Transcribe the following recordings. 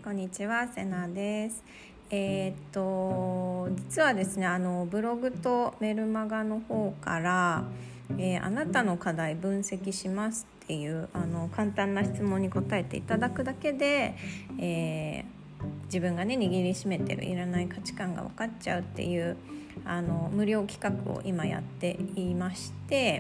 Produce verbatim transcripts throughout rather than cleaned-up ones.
こんにちは、セナです。えー、っと実はですね、あのブログとメルマガの方から、えー、あなたの課題分析しますっていうあの簡単な質問に答えていただくだけで、えー、自分がね握りしめてるいらない価値観が分かっちゃうっていうあの無料企画を今やっていまして、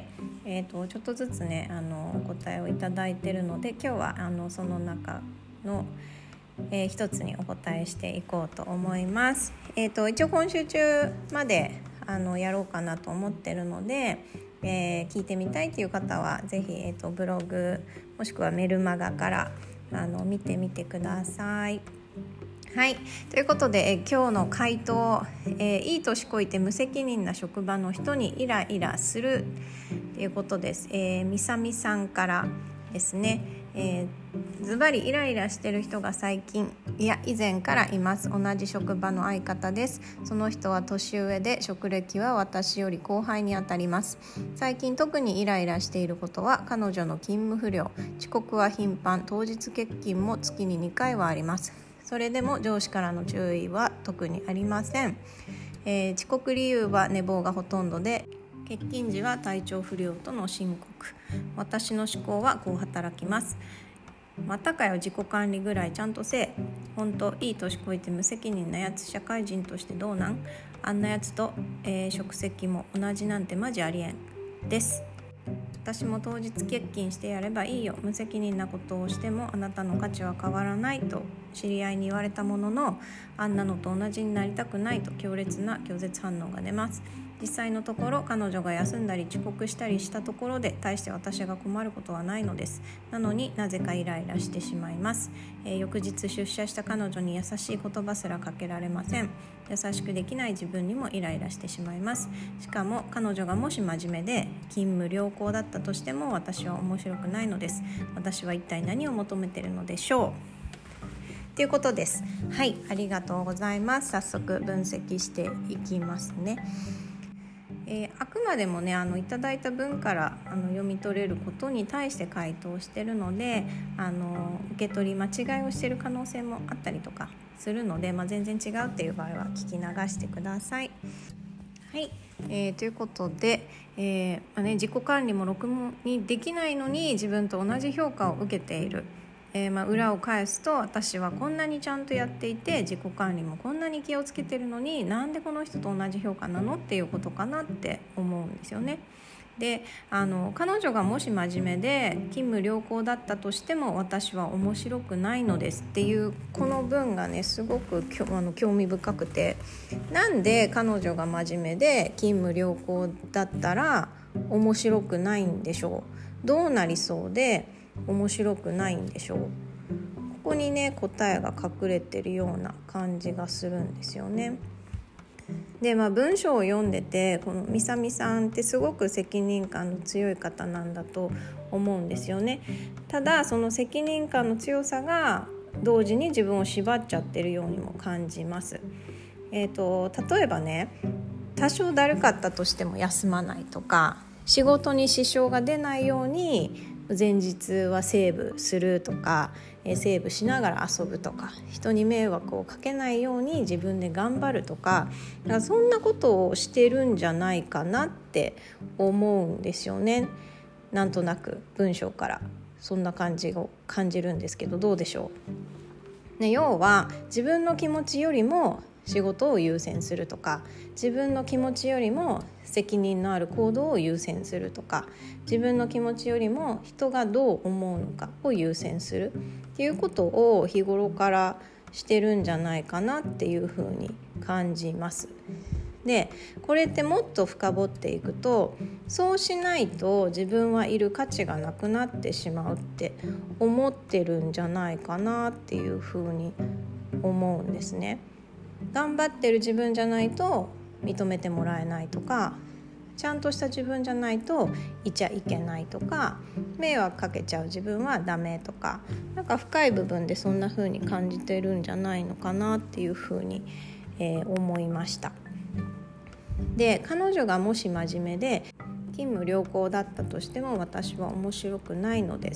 えー、とちょっとずつねあのお答えをいただいているので、今日はあのその中の、えー、一つにお答えしていこうと思います。えー、と一応今週中まであのやろうかなと思ってるので、えー、聞いてみたいという方はぜひ、えー、とブログもしくはメルマガからあの見てみてください。はい、ということで、え今日の回答、えー、いい年こいて無責任な職場の人にイライラするということです。えー、みさみさんからですね、えー、ズバリイライラしてる人が最近いや以前からいます。同じ職場の相方です。その人は年上で職歴は私より後輩にあたります。最近特にイライラしていることは彼女の勤務不良、遅刻は頻繁、当日欠勤も月ににかいはあります。それでも上司からの注意は特にありません。えー、遅刻理由は寝坊がほとんどで、欠勤時は体調不良との申告。私の思考はこう働きます。またかよ、自己管理ぐらいちゃんとせえ。ほんといい年こいて無責任なやつ、社会人としてどうなん？あんなやつと、えー、職責も同じなんてマジありえんです。私も当日欠勤してやればいいよ、無責任なことをしてもあなたの価値は変わらないと知り合いに言われたものの、あんなのと同じになりたくないと強烈な拒絶反応が出ます。実際のところ彼女が休んだり遅刻したりしたところで大して私が困ることはないのです。なのになぜかイライラしてしまいます。えー、翌日出社した彼女に優しい言葉すらかけられません。優しくできない自分にもイライラしてしまいます。しかも彼女がもし真面目で勤務良好だったとしても私は面白くないのです。私は一体何を求めているのでしょうということです。はい、ありがとうございます。早速分析していきますね。えー、あくまでもねあのいただいた文からあの読み取れることに対して回答しているので、あの受け取り間違いをしている可能性もあったりとかするので、まあ、全然違うっていう場合は聞き流してください。はい、えー、ということで、えーまあね、自己管理もろくにできないのに自分と同じ評価を受けている。えーまあ、裏を返すと、私はこんなにちゃんとやっていて自己管理もこんなに気をつけてるのになんでこの人と同じ評価なのっていうことかなって思うんですよね。であの彼女がもし真面目で勤務良好だったとしても私は面白くないのですっていうこの文がねすごくあの興味深くて、なんで彼女が真面目で勤務良好だったら面白くないんでしょう。どうなりそうで面白くないんでしょう。ここにね答えが隠れてるような感じがするんですよね。で、まあ、文章を読んでてこのみさみさんってすごく責任感の強い方なんだと思うんですよね。ただその責任感の強さが同時に自分を縛っちゃってるようにも感じます。えーと、例えばね多少だるかったとしても休まないとか、仕事に支障が出ないように前日はセーブするとか、セーブしながら遊ぶとか、人に迷惑をかけないように自分で頑張るとか、だからそんなことをしてるんじゃないかなって思うんですよね。なんとなく文章からそんな感じを感じるんですけど、どうでしょう、ね、要は自分の気持ちよりも仕事を優先するとか、自分の気持ちよりも責任のある行動を優先するとか、自分の気持ちよりも人がどう思うのかを優先するっていうことを日頃からしてるんじゃないかなっていうふうに感じます。でこれってもっと深掘っていくと、そうしないと自分はいる価値がなくなってしまうって思ってるんじゃないかなっていうふうに思うんですね。頑張ってる自分じゃないと認めてもらえないとか、ちゃんとした自分じゃないといちゃいけないとか、迷惑かけちゃう自分はダメとか、なんか深い部分でそんな風に感じてるんじゃないのかなっていう風に、えー、思いました。で彼女がもし真面目で勤務良好だったとしても私は面白くないのですっ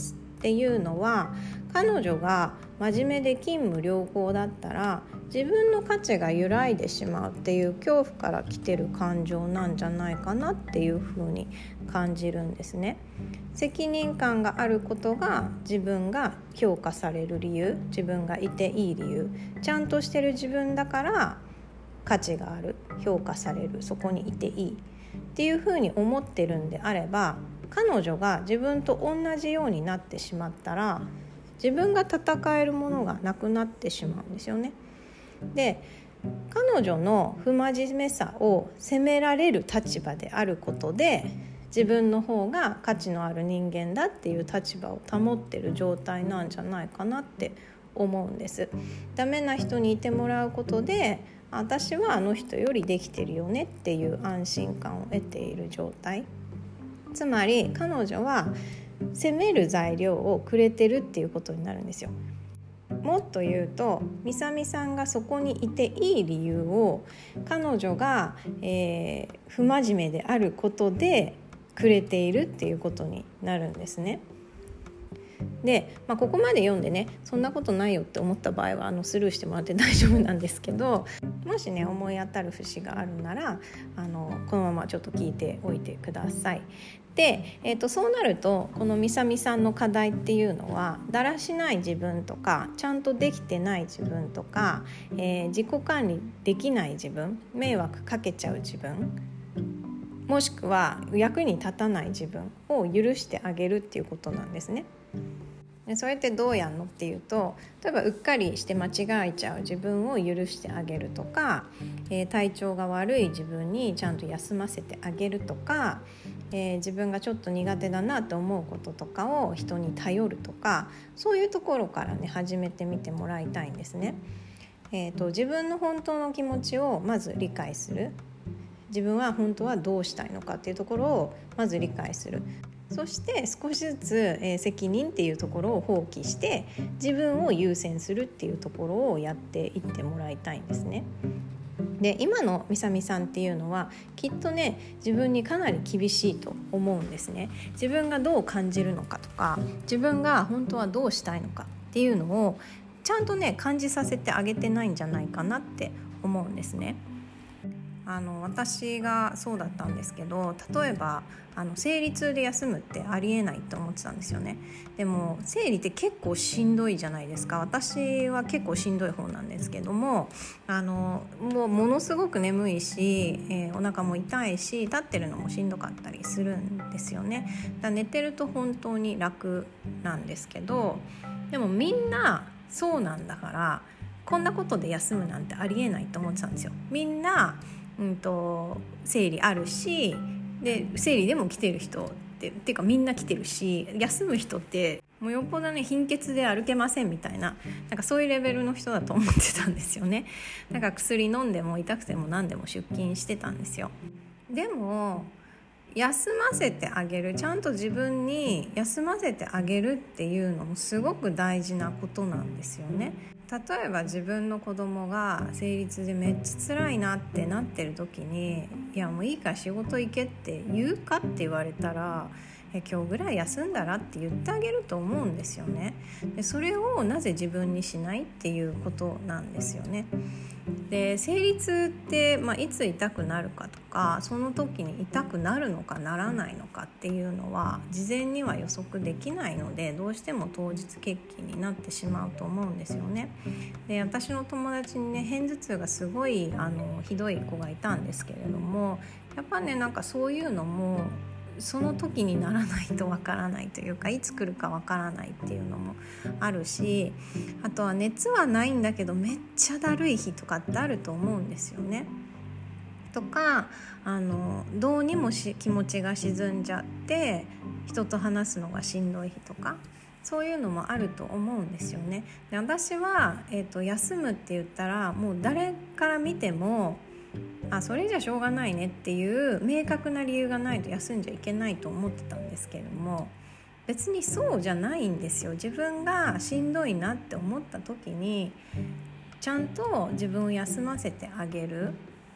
っていうのは、彼女が真面目で勤務良好だったら自分の価値が揺らいでしまうっていう恐怖から来てる感情なんじゃないかなっていうふうに感じるんですね。責任感があることが自分が評価される理由、自分がいていい理由、ちゃんとしてる自分だから価値がある、評価される、そこにいていいっていうふうに思ってるんであれば、彼女が自分と同じようになってしまったら自分が戦えるものがなくなってしまうんですよね。で、彼女の不真面目さを責められる立場であることで、自分の方が価値のある人間だっていう立場を保ってる状態なんじゃないかなって思うんです。ダメな人にいてもらうことで、私はあの人よりできてるよねっていう安心感を得ている状態。つまり彼女は責める材料をくれてるっていうことになるんですよ。もっと言うと、みさみさんがそこにいていい理由を彼女が、えー、不真面目であることでくれているっていうことになるんですね。で、まあ、ここまで読んでね、そんなことないよって思った場合はあのスルーしてもらって大丈夫なんですけど、もしね思い当たる節があるならあのこのままちょっと聞いておいてください。で、えーと、そうなるとこのみさみさんの課題っていうのは、だらしない自分とかちゃんとできてない自分とか、えー、自己管理できない自分、迷惑かけちゃう自分、もしくは役に立たない自分を許してあげるっていうことなんですね。でそれってどうやんのっていうと、例えばうっかりして間違えちゃう自分を許してあげるとか、えー、体調が悪い自分にちゃんと休ませてあげるとか、えー、自分がちょっと苦手だなと思うこととかを人に頼るとか、そういうところからね始めてみてもらいたいんですね。えーと、自分の本当の気持ちをまず理解する。自分は本当はどうしたいのかっていうところをまず理解する。そして少しずつ、えー、責任っていうところを放棄して自分を優先するっていうところをやっていってもらいたいんですね。で、今のみさみさんっていうのはきっとね自分にかなり厳しいと思うんですね。自分がどう感じるのかとか、自分が本当はどうしたいのかっていうのをちゃんとね感じさせてあげてないんじゃないかなって思うんですね。あの私がそうだったんですけど、例えばあの生理痛で休むってありえないと思ってたんですよね。でも生理って結構しんどいじゃないですか。私は結構しんどい方なんですけども、あのもうものすごく眠いし、えー、お腹も痛いし、立ってるのもしんどかったりするんですよね。だから寝てると本当に楽なんですけど、でもみんなそうなんだから、こんなことで休むなんてありえないと思ってたんですよ。みんなうんと生理あるし、で生理でも来てる人ってっていうかみんな来てるし、休む人ってもうよっぽどね貧血で歩けませんみたいな、なんかそういうレベルの人だと思ってたんですよね。だから薬飲んでも痛くても何でも出勤してたんですよ。でも休ませてあげる、ちゃんと自分に休ませてあげるっていうのもすごく大事なことなんですよね。例えば自分の子供が生理痛でめっちゃ辛いなってなってる時に、いやもういいから仕事行けって言うかって言われたら、え今日ぐらい休んだらって言ってあげると思うんですよね。でそれをなぜ自分にしないっていうことなんですよね。で生理痛って、まあ、いつ痛くなるかとか、その時に痛くなるのかならないのかっていうのは事前には予測できないので、どうしても当日欠勤になってしまうと思うんですよね。で私の友達にね片頭痛がすごいあのひどい子がいたんですけれども、やっぱねなんかそういうのもその時にならないとわからないというか、いつ来るかわからないっていうのもあるし、あとは熱はないんだけどめっちゃだるい日とかってあると思うんですよね。とかあのどうにもし気持ちが沈んじゃって人と話すのがしんどい日とか、そういうのもあると思うんですよね。で私は、えーと、休むって言ったらもう誰から見てもあそれじゃしょうがないねっていう明確な理由がないと休んじゃいけないと思ってたんですけれども、別にそうじゃないんですよ。自分がしんどいなって思った時にちゃんと自分を休ませてあげる。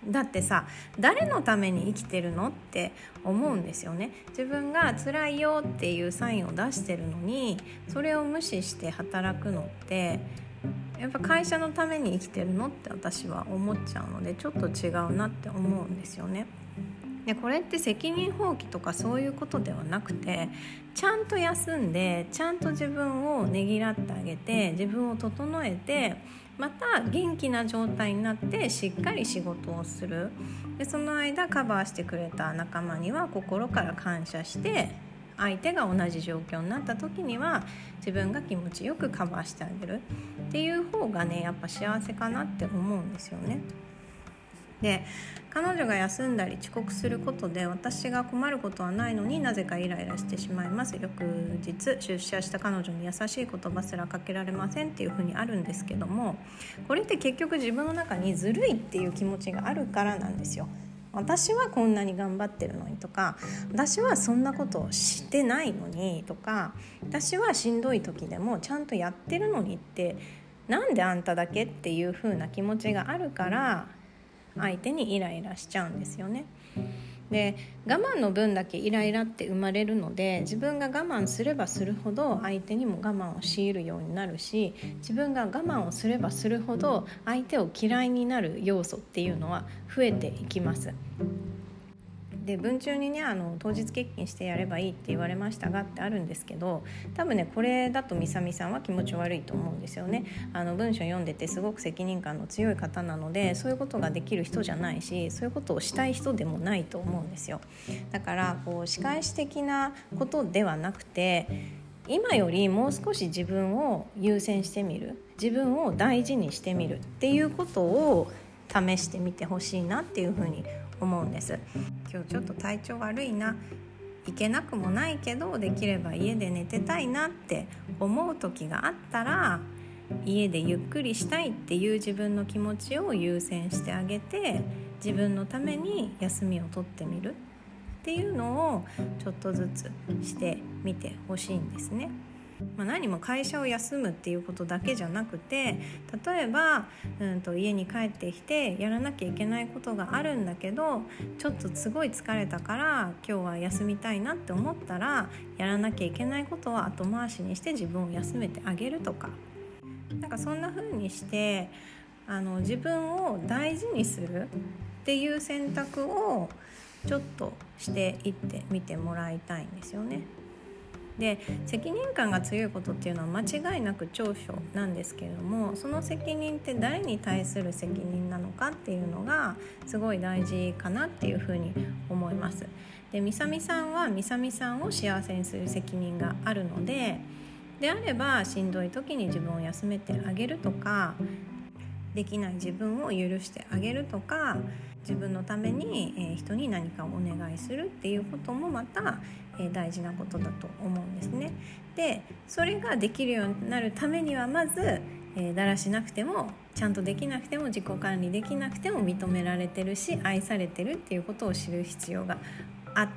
だってさ、誰のために生きてるのって思うんですよね。自分が辛いよっていうサインを出してるのに、それを無視して働くのってやっぱ会社のために生きてるのって私は思っちゃうので、ちょっと違うなって思うんですよね。でこれって責任放棄とかそういうことではなくて、ちゃんと休んでちゃんと自分をねぎらってあげて、自分を整えて、また元気な状態になってしっかり仕事をする。でその間カバーしてくれた仲間には心から感謝して、相手が同じ状況になった時には自分が気持ちよくカバーしてあげるっていう方がね、やっぱ幸せかなって思うんですよね。で彼女が休んだり遅刻することで私が困ることはないのに、なぜかイライラしてしまいます。翌日出社した彼女に優しい言葉すらかけられませんっていう風にあるんですけども、これって結局自分の中にずるいっていう気持ちがあるからなんですよ。私はこんなに頑張ってるのにとか、私はそんなことをしてないのにとか、私はしんどい時でもちゃんとやってるのにって、なんであんただけっていう風な気持ちがあるから相手にイライラしちゃうんですよね。で我慢の分だけイライラって生まれるので、自分が我慢すればするほど相手にも我慢を強いるようになるし、自分が我慢をすればするほど相手を嫌いになる要素っていうのは増えていきます。で文中にね、あの当日欠勤してやればいいって言われましたがってあるんですけど、多分ねこれだとみさみさんは気持ち悪いと思うんですよね。あの文章読んでてすごく責任感の強い方なので、そういうことができる人じゃないし、そういうことをしたい人でもないと思うんですよ。だからこう仕返し的なことではなくて、今よりもう少し自分を優先してみる、自分を大事にしてみるっていうことを試してみてほしいなっていうふうに思うんです。今日ちょっと体調悪いな、行けなくもないけどできれば家で寝てたいなって思う時があったら、家でゆっくりしたいっていう自分の気持ちを優先してあげて、自分のために休みを取ってみるっていうのをちょっとずつしてみてほしいんですね。まあ、何も会社を休むっていうことだけじゃなくて、例えば、うんと家に帰ってきてやらなきゃいけないことがあるんだけど、ちょっとすごい疲れたから今日は休みたいなって思ったら、やらなきゃいけないことは後回しにして自分を休めてあげるとか、なんかそんな風にしてあの自分を大事にするっていう選択をちょっとしていってみてもらいたいんですよね。で責任感が強いことっていうのは間違いなく長所なんですけれども、その責任って誰に対する責任なのかっていうのがすごい大事かなっていうふうに思います。でみさみさんはみさみさんを幸せにする責任があるので、であればしんどい時に自分を休めてあげるとか、できない自分を許してあげるとか、自分のために、えー、人に何かをお願いするっていうこともまた、えー、大事なことだと思うんですね。でそれができるようになるためには、まず、えー、だらしなくてもちゃんとできなくても自己管理できなくても認められてるし愛されてるっていうことを知る必要があって、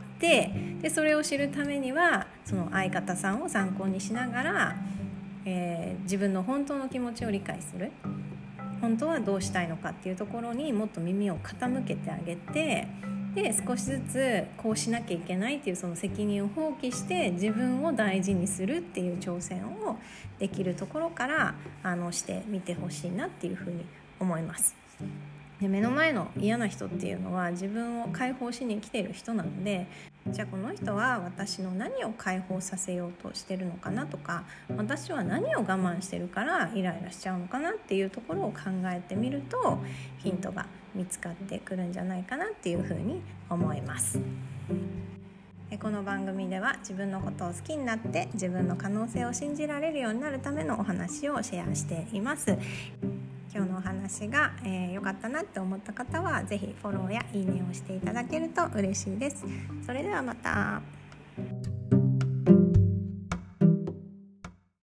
でそれを知るためにはその相方さんを参考にしながら、えー、自分の本当の気持ちを理解する、本当はどうしたいのかっていうところにもっと耳を傾けてあげて、で少しずつこうしなきゃいけないっていうその責任を放棄して自分を大事にするっていう挑戦をできるところからあのしてみてほしいなっていうふうに思います。で目の前の嫌な人っていうのは自分を解放しに来ている人なので、じゃあこの人は私の何を解放させようとしてるのかなとか、私は何を我慢してるからイライラしちゃうのかなっていうところを考えてみるとヒントが見つかってくるんじゃないかなっていうふうに思います。この番組では自分のことを好きになって自分の可能性を信じられるようになるためのお話をシェアしています。今日のお話が良、えー、かったなって思った方はぜひフォローやいいねをしていただけると嬉しいです。それではまた。